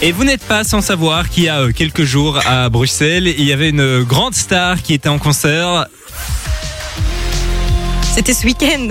Et vous n'êtes pas sans savoir qu'il y a quelques jours à Bruxelles, il y avait une grande star qui était en concert. C'était ce week-end.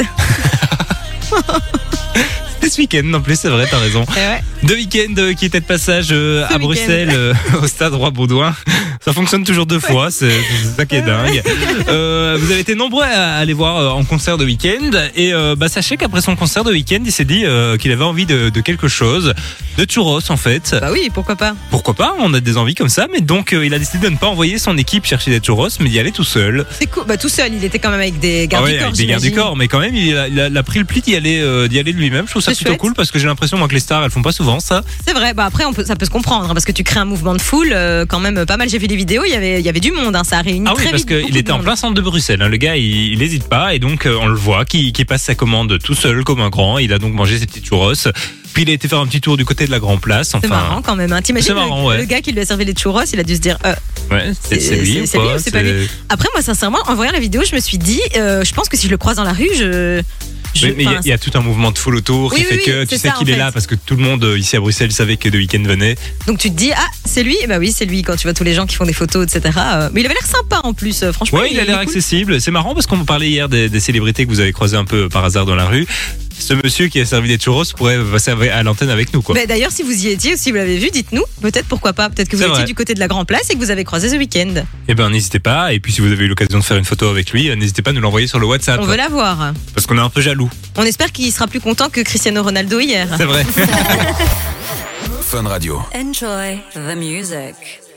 C'était ce week-end en plus, c'est vrai, t'as raison. Ouais. Deux week-ends qui étaient de passage à Bruxelles, au stade Roi-Baudouin. Ça fonctionne toujours deux fois, c'est ça qui est dingue. Vous avez été nombreux à aller voir en concert de week-end. Et sachez qu'après son concert de week-end, il s'est dit qu'il avait envie de quelque chose. De churros en fait. Bah oui, pourquoi pas. Pourquoi pas, on a des envies comme ça. Mais donc il a décidé de ne pas envoyer son équipe chercher des churros, mais d'y aller tout seul. C'est cool, bah tout seul, il était quand même avec des gardes du corps. Avec des gardes du corps, mais quand même il a pris le pli d'y aller lui-même. Je trouve ça plutôt cool parce que j'ai l'impression moi que les stars elles font pas souvent ça. C'est vrai, bah après ça peut se comprendre parce que tu crées un mouvement de foule quand même pas mal. J'ai vu les vidéos, il y avait du monde, ça a réuni très vite. Ah oui, parce qu'il était en plein centre de Bruxelles, le gars il n'hésite pas et donc on le voit qui passe sa commande tout seul comme un grand. Il a donc mangé ses petits churros. Puis il a été faire un petit tour du côté de la Grand Place. C'est marrant quand même. T'imagines le gars qui lui a servi les churros, il a dû se dire ouais, c'est lui ou pas, c'est pas lui. Après moi sincèrement, en voyant la vidéo, je me suis dit je pense que si je le croise dans la rue, mais il y a tout un mouvement de foule autour qui fait que tu sais qu'il est là parce que tout le monde ici à Bruxelles savait que The Weeknd venait. Donc tu te dis c'est lui, bah oui c'est lui quand tu vois tous les gens qui font des photos etc. Mais il avait l'air sympa en plus franchement. Ouais, il a l'air accessible. C'est marrant parce qu'on parlait hier des célébrités que vous avez croisées un peu par hasard dans la rue. Ce monsieur qui a servi des churros pourrait passer à l'antenne avec nous quoi. Mais d'ailleurs si vous y étiez ou si vous l'avez vu, dites-nous. Peut-être pourquoi pas. Peut-être que vous étiez du côté de la Grand Place et que vous avez croisé The Weeknd. Eh ben n'hésitez pas. Et puis si vous avez eu l'occasion de faire une photo avec lui, n'hésitez pas à nous l'envoyer sur le WhatsApp. On veut la voir. Parce qu'on est un peu jaloux. On espère qu'il sera plus content que Cristiano Ronaldo hier. C'est vrai. Fun Radio. Enjoy the music.